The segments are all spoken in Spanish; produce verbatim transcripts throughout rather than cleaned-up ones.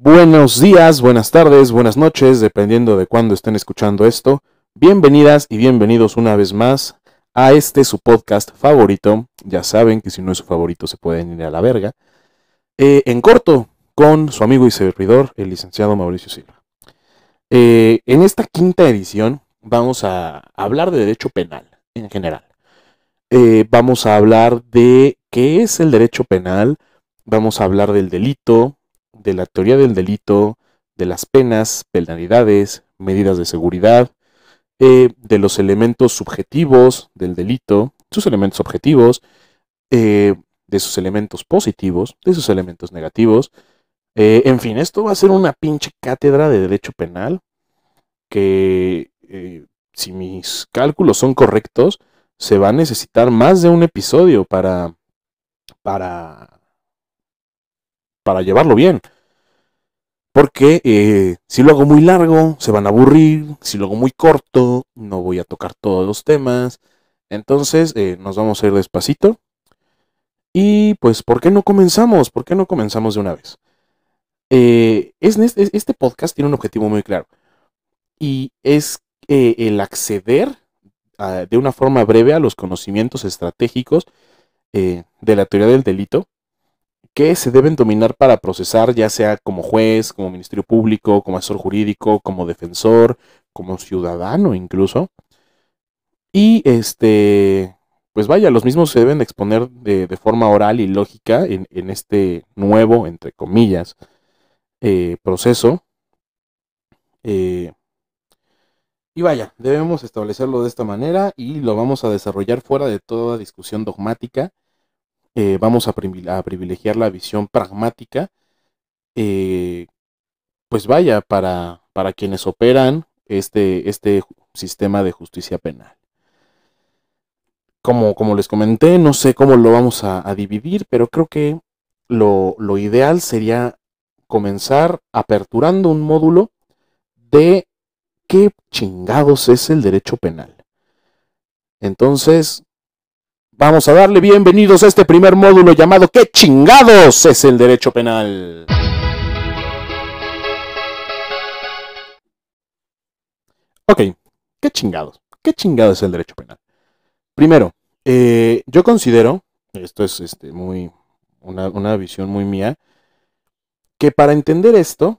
Buenos días, buenas tardes, buenas noches, dependiendo de cuándo estén escuchando esto. Bienvenidas y bienvenidos una vez más a este su podcast favorito. Ya saben que si no es su favorito se pueden ir a la verga. Eh, en corto, con su amigo y servidor, el licenciado Mauricio Silva. Eh, en esta quinta edición vamos a hablar de derecho penal en general. Eh, vamos a hablar de qué es el derecho penal, vamos a hablar del delito, de la teoría del delito, de las penas, penalidades, medidas de seguridad, eh, de los elementos subjetivos del delito, sus elementos objetivos, eh, de sus elementos positivos, de sus elementos negativos. Eh, en fin, esto va a ser una pinche cátedra de derecho penal que, eh, si mis cálculos son correctos, se va a necesitar más de un episodio para, para, para llevarlo bien. Porque eh, si lo hago muy largo, se van a aburrir. Si lo hago muy corto, no voy a tocar todos los temas. Entonces, eh, nos vamos a ir despacito. Y pues, ¿por qué no comenzamos? ¿Por qué no comenzamos de una vez? Eh, es, este podcast tiene un objetivo muy claro. Y es eh, el acceder a, de una forma breve a los conocimientos estratégicos eh, de la teoría del delito, que se deben dominar para procesar, ya sea como juez, como ministerio público, como asesor jurídico, como defensor, como ciudadano incluso. Y este, pues vaya, los mismos se deben exponer de, de forma oral y lógica en, en este nuevo, entre comillas, eh, proceso. Eh, y vaya, debemos establecerlo de esta manera y lo vamos a desarrollar fuera de toda discusión dogmática. Eh, vamos a, a privilegiar la visión pragmática. Eh, pues vaya, para, para quienes operan este, este sistema de justicia penal. Como, como les comenté, no sé cómo lo vamos a, a dividir, pero creo que lo, lo ideal sería comenzar aperturando un módulo de qué chingados es el derecho penal. Entonces, vamos a darle bienvenidos a este primer módulo llamado ¿qué chingados es el derecho penal? Ok, ¿qué chingados? ¿Qué chingados es el derecho penal? Primero, eh, yo considero, esto es este, muy una, una visión muy mía, que para entender esto,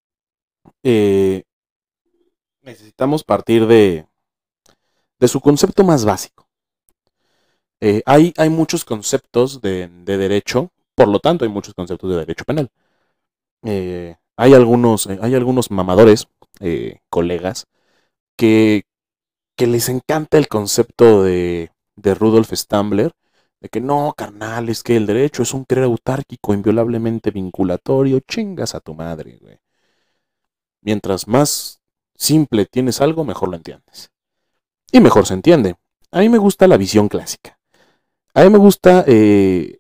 eh, necesitamos partir de, de su concepto más básico. Eh, hay, hay muchos conceptos de, de derecho, por lo tanto hay muchos conceptos de derecho penal. Eh, hay, algunos, eh, hay algunos mamadores, eh, colegas, que, que les encanta el concepto de, de Rudolf Stambler, de que no, carnal, es que el derecho es un querer autárquico, inviolablemente vinculatorio, chingas a tu madre, güey. Mientras más simple tienes algo, mejor lo entiendes. Y mejor se entiende. A mí me gusta la visión clásica. A mí me gusta, eh,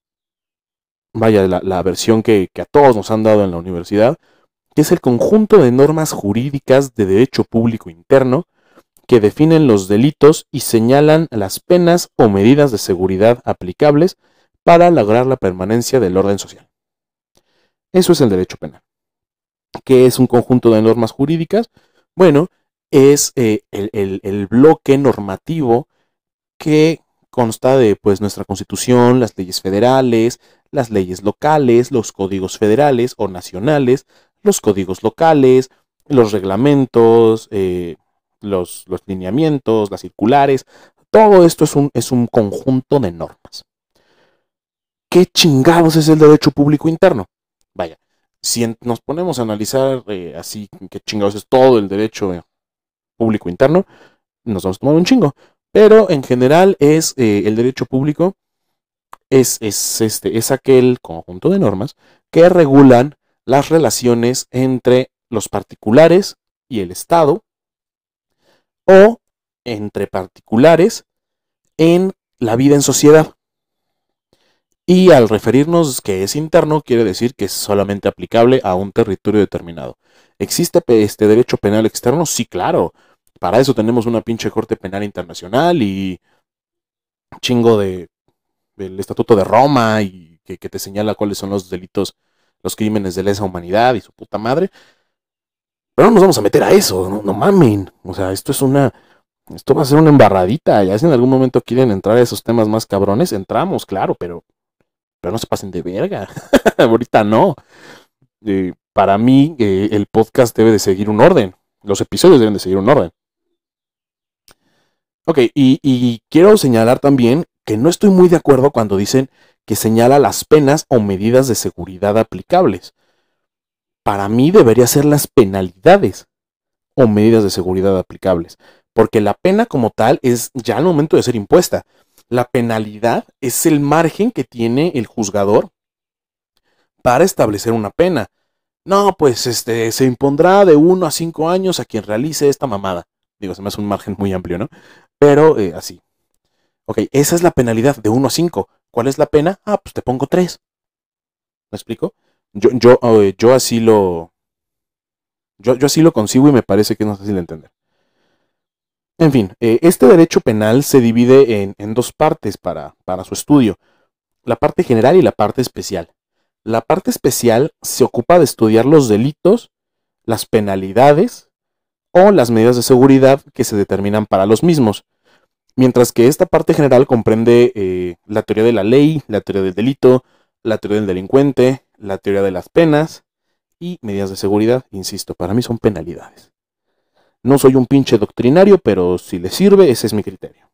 vaya, la, la versión que, que a todos nos han dado en la universidad, que es el conjunto de normas jurídicas de derecho público interno que definen los delitos y señalan las penas o medidas de seguridad aplicables para lograr la permanencia del orden social. Eso es el derecho penal. ¿Qué es un conjunto de normas jurídicas? Bueno, es eh, el, el, el bloque normativo que consta de pues, nuestra Constitución, las leyes federales, las leyes locales, los códigos federales o nacionales, los códigos locales, los reglamentos, eh, los, los lineamientos, las circulares. Todo esto es un, es un conjunto de normas. ¿Qué chingados es el derecho público interno? Vaya, si nos ponemos a analizar eh, así, qué chingados es todo el derecho público interno, nos vamos a tomar un chingo. Pero en general es eh, el derecho público es, es, este, es aquel conjunto de normas que regulan las relaciones entre los particulares y el Estado o entre particulares en la vida en sociedad. Y al referirnos que es interno, quiere decir que es solamente aplicable a un territorio determinado. ¿Existe este derecho penal externo? Sí, claro. Para eso tenemos una pinche corte penal internacional y chingo de del Estatuto de Roma y que, que te señala cuáles son los delitos los crímenes de lesa humanidad y su puta madre. Pero no nos vamos a meter a eso, no, no mamen. O sea, esto es una... Esto va a ser una embarradita. Ya si en algún momento quieren entrar a esos temas más cabrones, entramos, claro, pero, pero no se pasen de verga. Ahorita no. Eh, para mí, eh, el podcast debe de seguir un orden. Los episodios deben de seguir un orden. Ok, y, y quiero señalar también que no estoy muy de acuerdo cuando dicen que señala las penas o medidas de seguridad aplicables. Para mí debería ser las penalidades o medidas de seguridad aplicables, porque la pena como tal es ya al momento de ser impuesta. La penalidad es el margen que tiene el juzgador para establecer una pena. No, pues este se impondrá de uno a cinco años a quien realice esta mamada. Digo, se me hace un margen muy amplio, ¿no? Pero eh, así. Ok, esa es la penalidad de uno a cinco. ¿Cuál es la pena? Ah, pues te pongo tres. ¿Me explico? Yo, yo, eh, yo así lo. Yo, yo así lo consigo y me parece que no es fácil de entender. En fin, eh, este derecho penal se divide en, en dos partes para, para su estudio. La parte general y la parte especial. La parte especial se ocupa de estudiar los delitos, las penalidades o las medidas de seguridad que se determinan para los mismos. Mientras que esta parte general comprende eh, la teoría de la ley, la teoría del delito, la teoría del delincuente, la teoría de las penas y medidas de seguridad. Insisto, para mí son penalidades. No soy un pinche doctrinario, pero si le sirve, ese es mi criterio.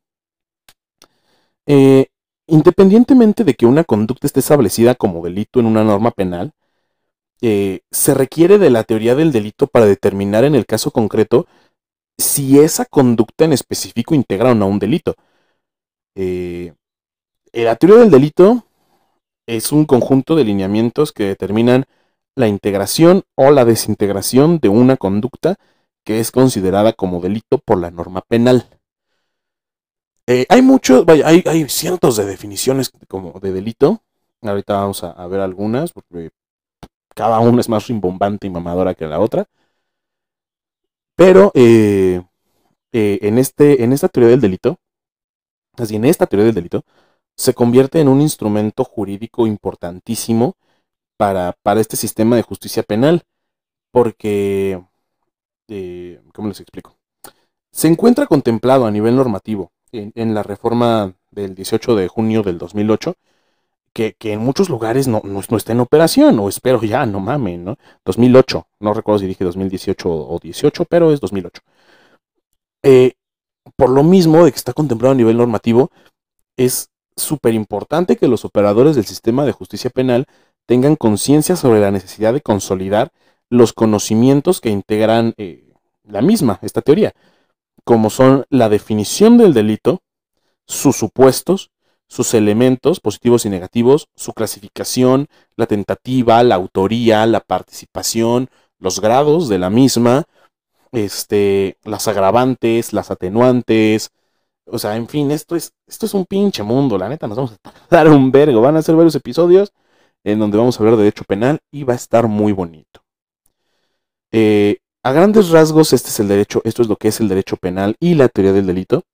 Eh, independientemente de que una conducta esté establecida como delito en una norma penal, eh, se requiere de la teoría del delito para determinar en el caso concreto si esa conducta en específico integra o no un delito. Eh, la teoría del delito es un conjunto de lineamientos que determinan la integración o la desintegración de una conducta que es considerada como delito por la norma penal. Eh, hay muchos, vaya, hay, hay cientos de definiciones como de delito. Ahorita vamos a, a ver algunas, porque cada una es más rimbombante y mamadora que la otra. Pero eh, eh, en, este, en esta teoría del delito, así en esta teoría del delito, se convierte en un instrumento jurídico importantísimo para, para este sistema de justicia penal, porque, eh, ¿cómo les explico? Se encuentra contemplado a nivel normativo en, en la reforma del dieciocho de junio del dos mil ocho, que, que en muchos lugares no, no, no está en operación, o espero ya, no mamen, ¿no? dos mil ocho, no recuerdo si dije dos mil dieciocho o dieciocho, pero es dos mil ocho. Eh, por lo mismo de que está contemplado a nivel normativo, es súper importante que los operadores del sistema de justicia penal tengan conciencia sobre la necesidad de consolidar los conocimientos que integran eh, la misma, esta teoría, como son la definición del delito, sus supuestos, sus elementos positivos y negativos, su clasificación, la tentativa, la autoría, la participación, los grados de la misma, este, las agravantes, las atenuantes. O sea, en fin, esto es, esto es un pinche mundo, la neta, nos vamos a dar un vergo. Van a ser varios episodios en donde vamos a hablar de derecho penal y va a estar muy bonito. Eh, a grandes rasgos, este es el derecho, esto es lo que es el derecho penal y la teoría del delito.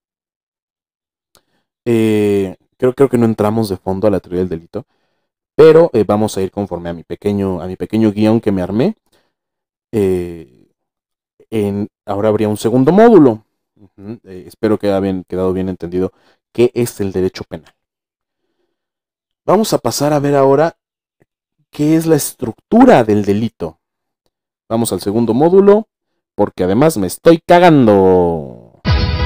Eh, creo, creo que no entramos de fondo a la teoría del delito, pero eh, vamos a ir conforme a mi pequeño, a mi pequeño guión que me armé. Eh, en, ahora habría un segundo módulo. Uh-huh. Eh, espero que haya quedado bien entendido qué es el derecho penal. Vamos a pasar a ver ahora qué es la estructura del delito. Vamos al segundo módulo, porque además me estoy cagando.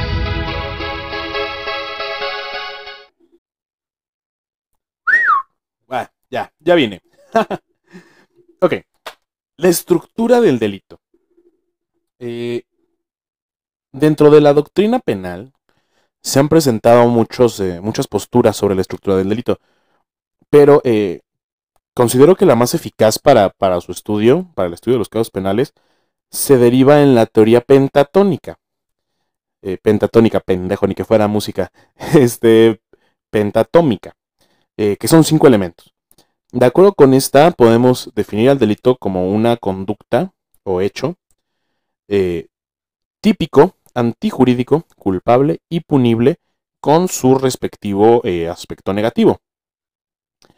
Ah, ya, ya vine. Ok, la estructura del delito. Eh, dentro de la doctrina penal se han presentado muchos, eh, muchas posturas sobre la estructura del delito, pero eh, considero que la más eficaz para, para su estudio, para el estudio de los casos penales, se deriva en la teoría pentatónica. Eh, pentatónica, pendejo, ni que fuera música. Este, pentatómica, eh, que son cinco elementos. De acuerdo con esta, podemos definir al delito como una conducta o hecho eh, típico, antijurídico, culpable y punible con su respectivo eh, aspecto negativo.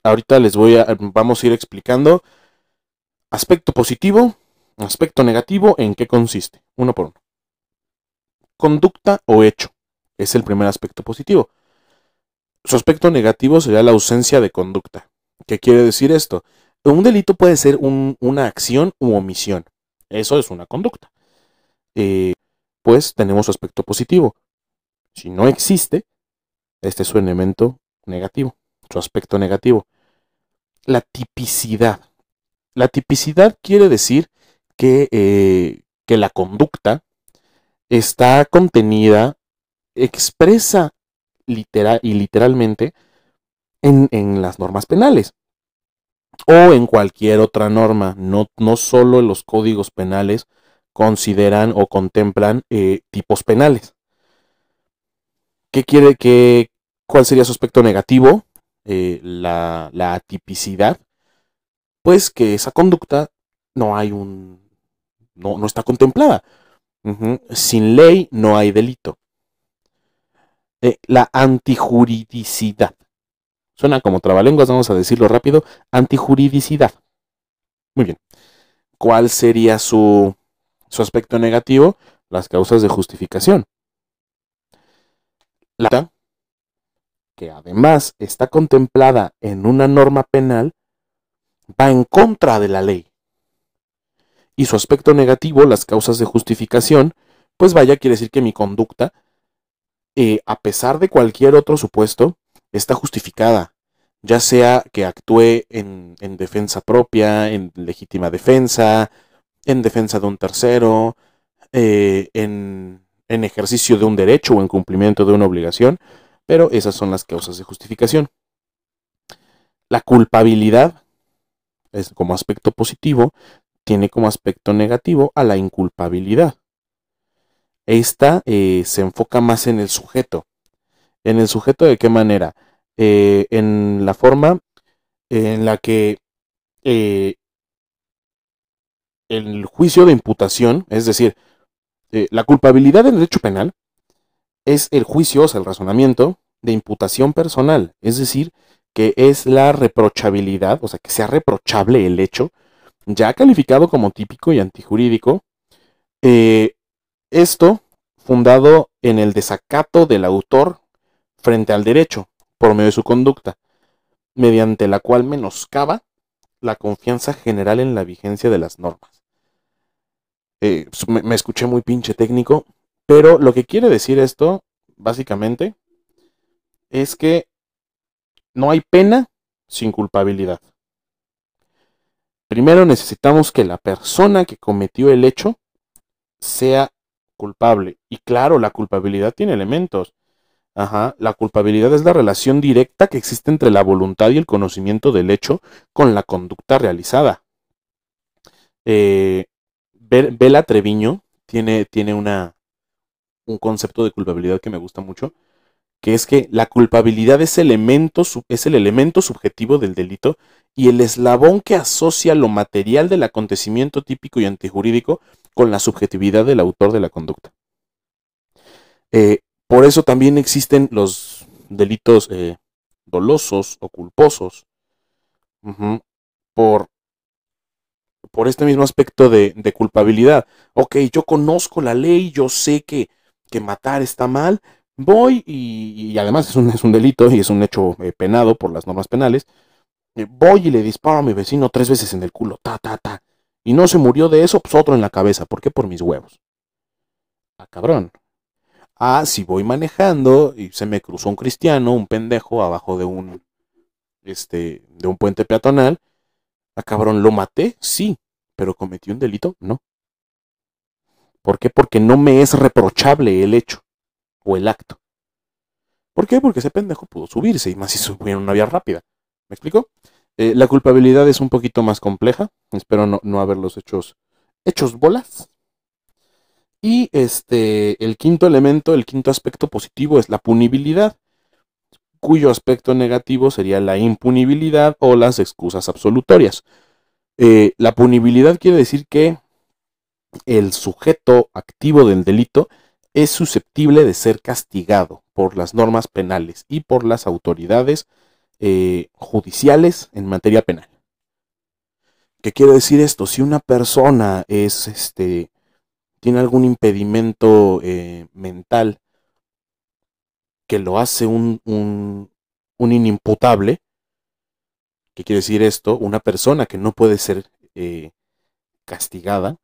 ahorita les voy a, vamos a ir explicando aspecto positivo, aspecto negativo, en qué consiste, uno por uno. Conducta o hecho es el primer aspecto positivo. Su aspecto negativo sería la ausencia de conducta. ¿Qué quiere decir esto? Un delito puede ser un, una acción u omisión. Eso es una conducta. Eh, pues tenemos su aspecto positivo. Si no existe, este es su elemento negativo, su aspecto negativo. La tipicidad. La tipicidad quiere decir que, eh, que la conducta está contenida, expresa literal y literalmente en, en las normas penales o en cualquier otra norma. No, no solo los códigos penales consideran o contemplan eh, tipos penales. ¿Qué quiere que, cuál sería su aspecto negativo? Eh, la, la atipicidad, pues que esa conducta no hay un, no, no está contemplada. Uh-huh. Sin ley no hay delito. Eh, la antijuridicidad. Suena como trabalenguas, vamos a decirlo rápido. Antijuridicidad. Muy bien. ¿Cuál sería su, su aspecto negativo? Las causas de justificación. La que además está contemplada en una norma penal, va en contra de la ley. Y su aspecto negativo, las causas de justificación, pues vaya, quiere decir que mi conducta, eh, a pesar de cualquier otro supuesto, está justificada. Ya sea que actúe en, en defensa propia, en legítima defensa, en defensa de un tercero, eh, en, en ejercicio de un derecho o en cumplimiento de una obligación, pero esas son las causas de justificación. La culpabilidad, es como aspecto positivo, tiene como aspecto negativo a la inculpabilidad. Esta eh, se enfoca más en el sujeto. ¿En el sujeto de qué manera? Eh, en la forma en la que eh, el juicio de imputación, es decir, eh, la culpabilidad en derecho penal es el juicio, o sea, el razonamiento de imputación personal, es decir, que es la reprochabilidad, o sea, que sea reprochable el hecho, ya calificado como típico y antijurídico. Eh, esto fundado en el desacato del autor frente al derecho, por medio de su conducta, mediante la cual menoscaba la confianza general en la vigencia de las normas. Eh, me, me escuché muy pinche técnico, pero lo que quiere decir esto, básicamente, es que no hay pena sin culpabilidad. Primero necesitamos que la persona que cometió el hecho sea culpable. Y claro, la culpabilidad tiene elementos. Ajá, la culpabilidad es la relación directa que existe entre la voluntad y el conocimiento del hecho con la conducta realizada. Eh, Bela Treviño tiene, tiene una, un concepto de culpabilidad que me gusta mucho, que es que la culpabilidad es, elemento, es el elemento subjetivo del delito y el eslabón que asocia lo material del acontecimiento típico y antijurídico con la subjetividad del autor de la conducta. Eh, por eso también existen los delitos eh, dolosos o culposos, uh-huh, por, por este mismo aspecto de, de culpabilidad. Ok, yo conozco la ley, yo sé que, que matar está mal, voy y, y además es un, es un delito y es un hecho eh, penado por las normas penales, eh, voy y le disparo a mi vecino tres veces en el culo, ta, ta, ta, y no se murió de eso, pues otro en la cabeza. ¿Por qué? Por mis huevos. Ah, cabrón. Ah, si voy manejando y se me cruzó un cristiano, un pendejo, abajo de un, este, de un puente peatonal. Ah, cabrón, ¿lo maté? Sí, pero ¿cometí un delito? No. ¿Por qué? Porque no me es reprochable el hecho o el acto. ¿Por qué? Porque ese pendejo pudo subirse y más si subió en una vía rápida. ¿Me explico? Eh, la culpabilidad es un poquito más compleja. Espero no, no haberlos hechos, hechos bolas. Y este, el quinto elemento, el quinto aspecto positivo es la punibilidad, cuyo aspecto negativo sería la impunibilidad o las excusas absolutorias. Eh, la punibilidad quiere decir que el sujeto activo del delito es susceptible de ser castigado por las normas penales y por las autoridades eh, judiciales en materia penal. ¿Qué quiere decir esto? Si una persona es, este, tiene algún impedimento eh, mental que lo hace un, un, un inimputable, ¿qué quiere decir esto? Una persona que no puede ser eh, castigada,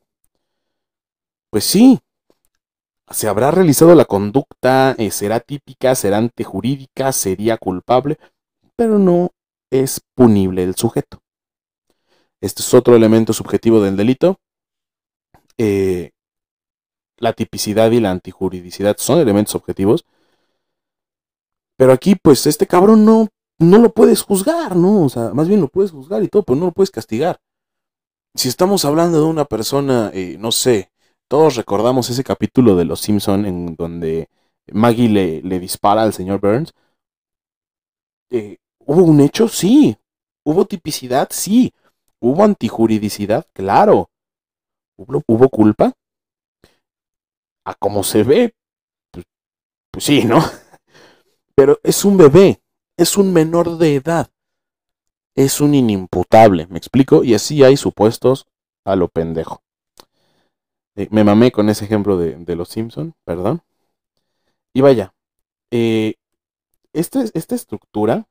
pues sí, se habrá realizado la conducta, eh, será típica, será antejurídica, sería culpable, pero no es punible el sujeto. Este es otro elemento subjetivo del delito. Eh, la tipicidad y la antijuridicidad son elementos objetivos. Pero aquí, pues, este cabrón no, no lo puedes juzgar, ¿no? O sea, más bien lo puedes juzgar y todo, pero no lo puedes castigar. Si estamos hablando de una persona, eh, no sé, todos recordamos ese capítulo de Los Simpson en donde Maggie le, le dispara al señor Burns. Eh, ¿Hubo un hecho? Sí. ¿Hubo tipicidad? Sí. ¿Hubo antijuridicidad? Claro. ¿Hubo, hubo culpa? A como se ve, pues, pues sí, ¿no? Pero es un bebé, es un menor de edad, es un inimputable, ¿me explico? Y así hay supuestos a lo pendejo. Eh, me mamé con ese ejemplo de, de Los Simpson, perdón. Y vaya, eh, este, esta estructura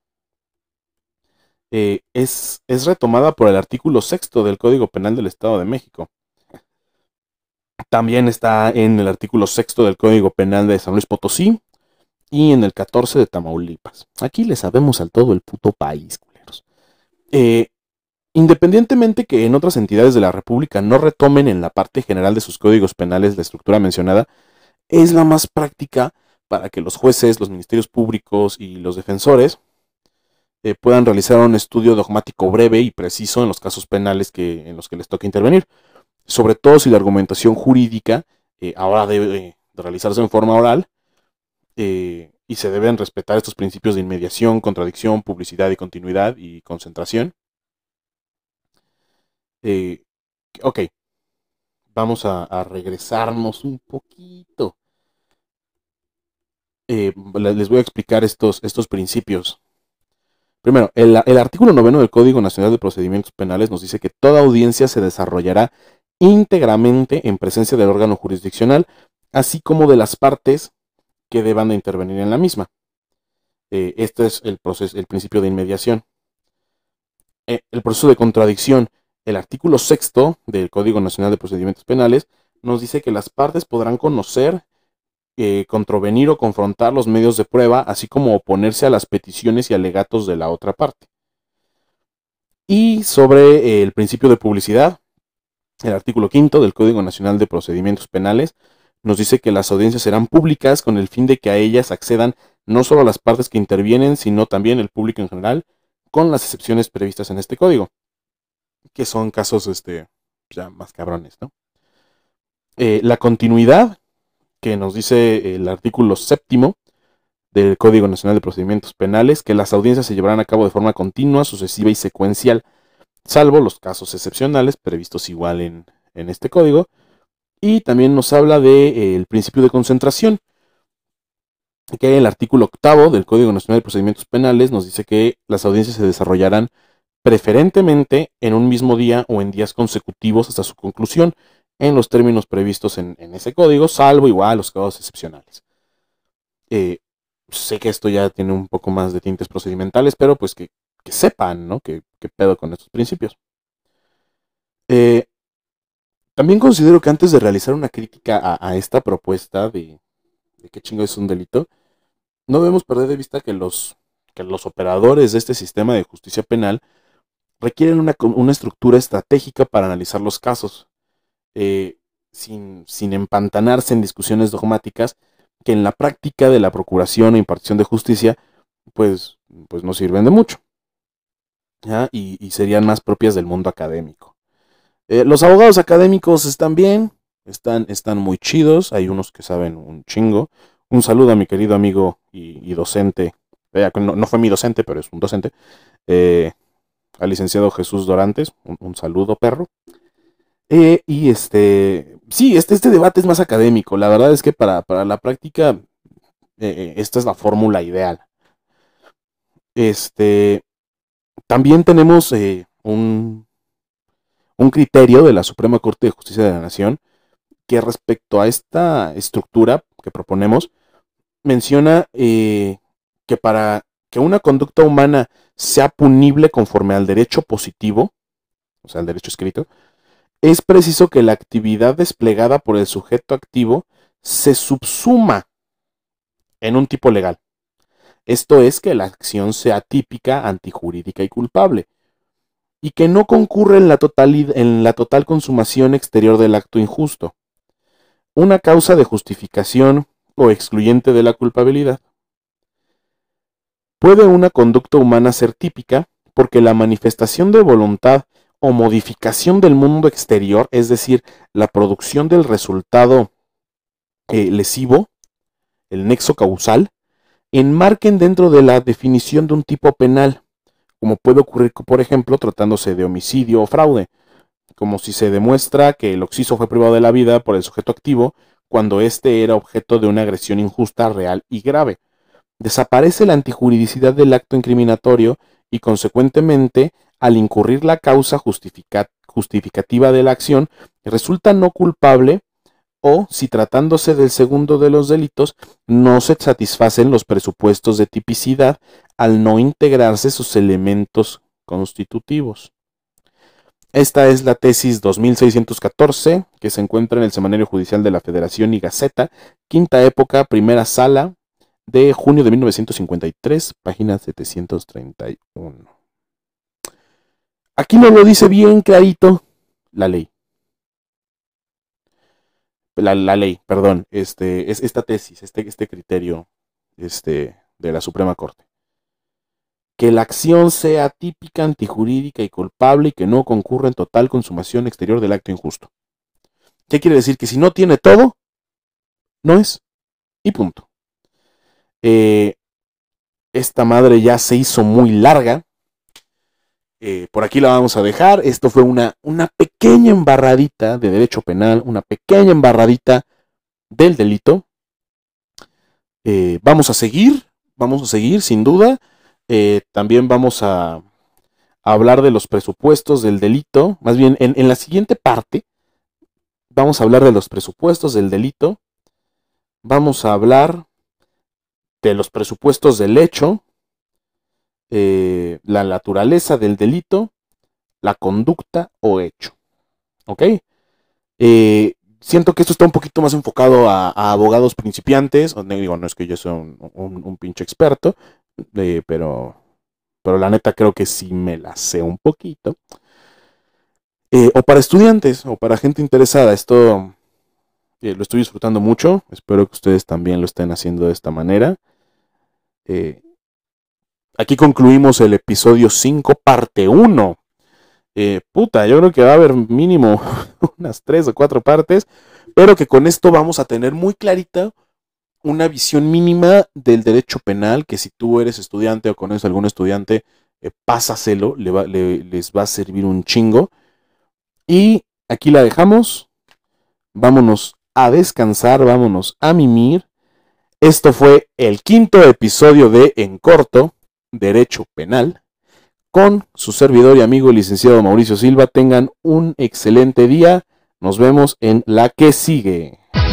eh, es, es retomada por el artículo sexto del Código Penal del Estado de México. También está en el artículo sexto del Código Penal de San Luis Potosí y en el catorce de Tamaulipas. Aquí le sabemos al todo el puto país, culeros. Eh, Independientemente que en otras entidades de la República no retomen en la parte general de sus códigos penales la estructura mencionada, es la más práctica para que los jueces, los ministerios públicos y los defensores eh, puedan realizar un estudio dogmático breve y preciso en los casos penales que, en los que les toca intervenir. Sobre todo si la argumentación jurídica eh, ahora debe de realizarse en forma oral eh, y se deben respetar estos principios de inmediación, contradicción, publicidad y continuidad y concentración. Eh, ok, vamos a, a regresarnos un poquito. Eh, les voy a explicar estos, estos principios. Primero, el, el artículo noveno del Código Nacional de Procedimientos Penales nos dice que toda audiencia se desarrollará íntegramente en presencia del órgano jurisdiccional, así como de las partes que deban de intervenir en la misma. Eh, este es el, proceso, el principio de inmediación. Eh, el proceso de contradicción. El artículo sexto del Código Nacional de Procedimientos Penales nos dice que las partes podrán conocer, eh, controvenir o confrontar los medios de prueba, así como oponerse a las peticiones y alegatos de la otra parte. Y sobre eh, el principio de publicidad, el artículo quinto del Código Nacional de Procedimientos Penales nos dice que las audiencias serán públicas con el fin de que a ellas accedan no solo las partes que intervienen, sino también el público en general, con las excepciones previstas en este código, que son casos este, ya más cabrones, ¿no? Eh, la continuidad, que nos dice el artículo séptimo del Código Nacional de Procedimientos Penales, que las audiencias se llevarán a cabo de forma continua, sucesiva y secuencial, salvo los casos excepcionales previstos igual en, en este código. Y también nos habla del de, eh, principio de concentración, que el artículo octavo del Código Nacional de Procedimientos Penales nos dice que las audiencias se desarrollarán preferentemente en un mismo día o en días consecutivos hasta su conclusión, en los términos previstos en, en ese código, salvo igual los casos excepcionales. Eh, sé que esto ya tiene un poco más de tintes procedimentales, pero pues que, que sepan, ¿no? Que, que pedo con estos principios. Eh, también considero que antes de realizar una crítica a, a esta propuesta de, de qué chingo es un delito, no debemos perder de vista que los, que los operadores de este sistema de justicia penal requieren una, una estructura estratégica para analizar los casos, eh, sin, sin empantanarse en discusiones dogmáticas que en la práctica de la procuración e impartición de justicia pues, pues no sirven de mucho, ¿ya? Y, y serían más propias del mundo académico. Eh, los abogados académicos están bien, están, están muy chidos, hay unos que saben un chingo. Un saludo a mi querido amigo y, y docente, eh, no, no fue mi docente, pero es un docente, eh, al licenciado Jesús Dorantes, un, un saludo, perro. Eh, y este, sí, este, este debate es más académico. La verdad es que para, para la práctica, eh, esta es la fórmula ideal. Este, también tenemos eh, un, un criterio de la Suprema Corte de Justicia de la Nación que respecto a esta estructura que proponemos, menciona eh, que para que una conducta humana sea punible conforme al derecho positivo, o sea, al derecho escrito, es preciso que la actividad desplegada por el sujeto activo se subsuma en un tipo legal. Esto es, que la acción sea típica, antijurídica y culpable, y que no concurra en la, totalidad, en la total consumación exterior del acto injusto, una causa de justificación o excluyente de la culpabilidad. Puede una conducta humana ser típica porque la manifestación de voluntad o modificación del mundo exterior, es decir, la producción del resultado eh, lesivo, el nexo causal, enmarquen dentro de la definición de un tipo penal, como puede ocurrir, por ejemplo, tratándose de homicidio o fraude, como si se demuestra que el occiso fue privado de la vida por el sujeto activo cuando éste era objeto de una agresión injusta, real y grave. Desaparece la antijuridicidad del acto incriminatorio y, consecuentemente, al incurrir la causa justifica- justificativa de la acción, resulta no culpable, o, si tratándose del segundo de los delitos, no se satisfacen los presupuestos de tipicidad al no integrarse sus elementos constitutivos. Esta es la tesis dos mil seiscientos catorce, que se encuentra en el Semanario Judicial de la Federación y Gaceta, quinta época, primera sala, de junio de mil novecientos cincuenta y tres, página setecientos treinta y uno. Aquí nos lo dice bien clarito la ley. La, la ley, perdón, este, es esta tesis, este, este criterio este, de la Suprema Corte. Que la acción sea típica, antijurídica y culpable y que no concurra en total consumación exterior del acto injusto. ¿Qué quiere decir? Que si no tiene todo, no es. Y punto. Eh, esta madre ya se hizo muy larga. Eh, por aquí la vamos a dejar. Esto fue una, una pequeña embarradita de derecho penal, una pequeña embarradita del delito. Eh, vamos a seguir, vamos a seguir sin duda. Eh, también vamos a, a hablar de los presupuestos del delito. Más bien, en, en la siguiente parte vamos a hablar de los presupuestos del delito. Vamos a hablar de los presupuestos del hecho, eh, la naturaleza del delito, la conducta o hecho. ¿Ok? Eh, siento que esto está un poquito más enfocado a, a abogados principiantes. No, digo, no es que yo sea un, un, un pinche experto, eh, pero, pero la neta creo que sí me la sé un poquito. Eh, o para estudiantes, o para gente interesada. Esto eh, lo estoy disfrutando mucho. Espero que ustedes también lo estén haciendo de esta manera. Eh, aquí concluimos el episodio cinco, parte uno. Eh, puta, yo creo que va a haber mínimo unas tres o cuatro partes, pero que con esto vamos a tener muy clarita una visión mínima del derecho penal, que si tú eres estudiante o conoces a algún estudiante, eh, pásaselo, le va, le, les va a servir un chingo. Y aquí la dejamos. Vámonos a descansar, vámonos a mimir. Esto fue el quinto episodio de En Corto, Derecho Penal, con su servidor y amigo licenciado Mauricio Silva. Tengan un excelente día. Nos vemos en la que sigue.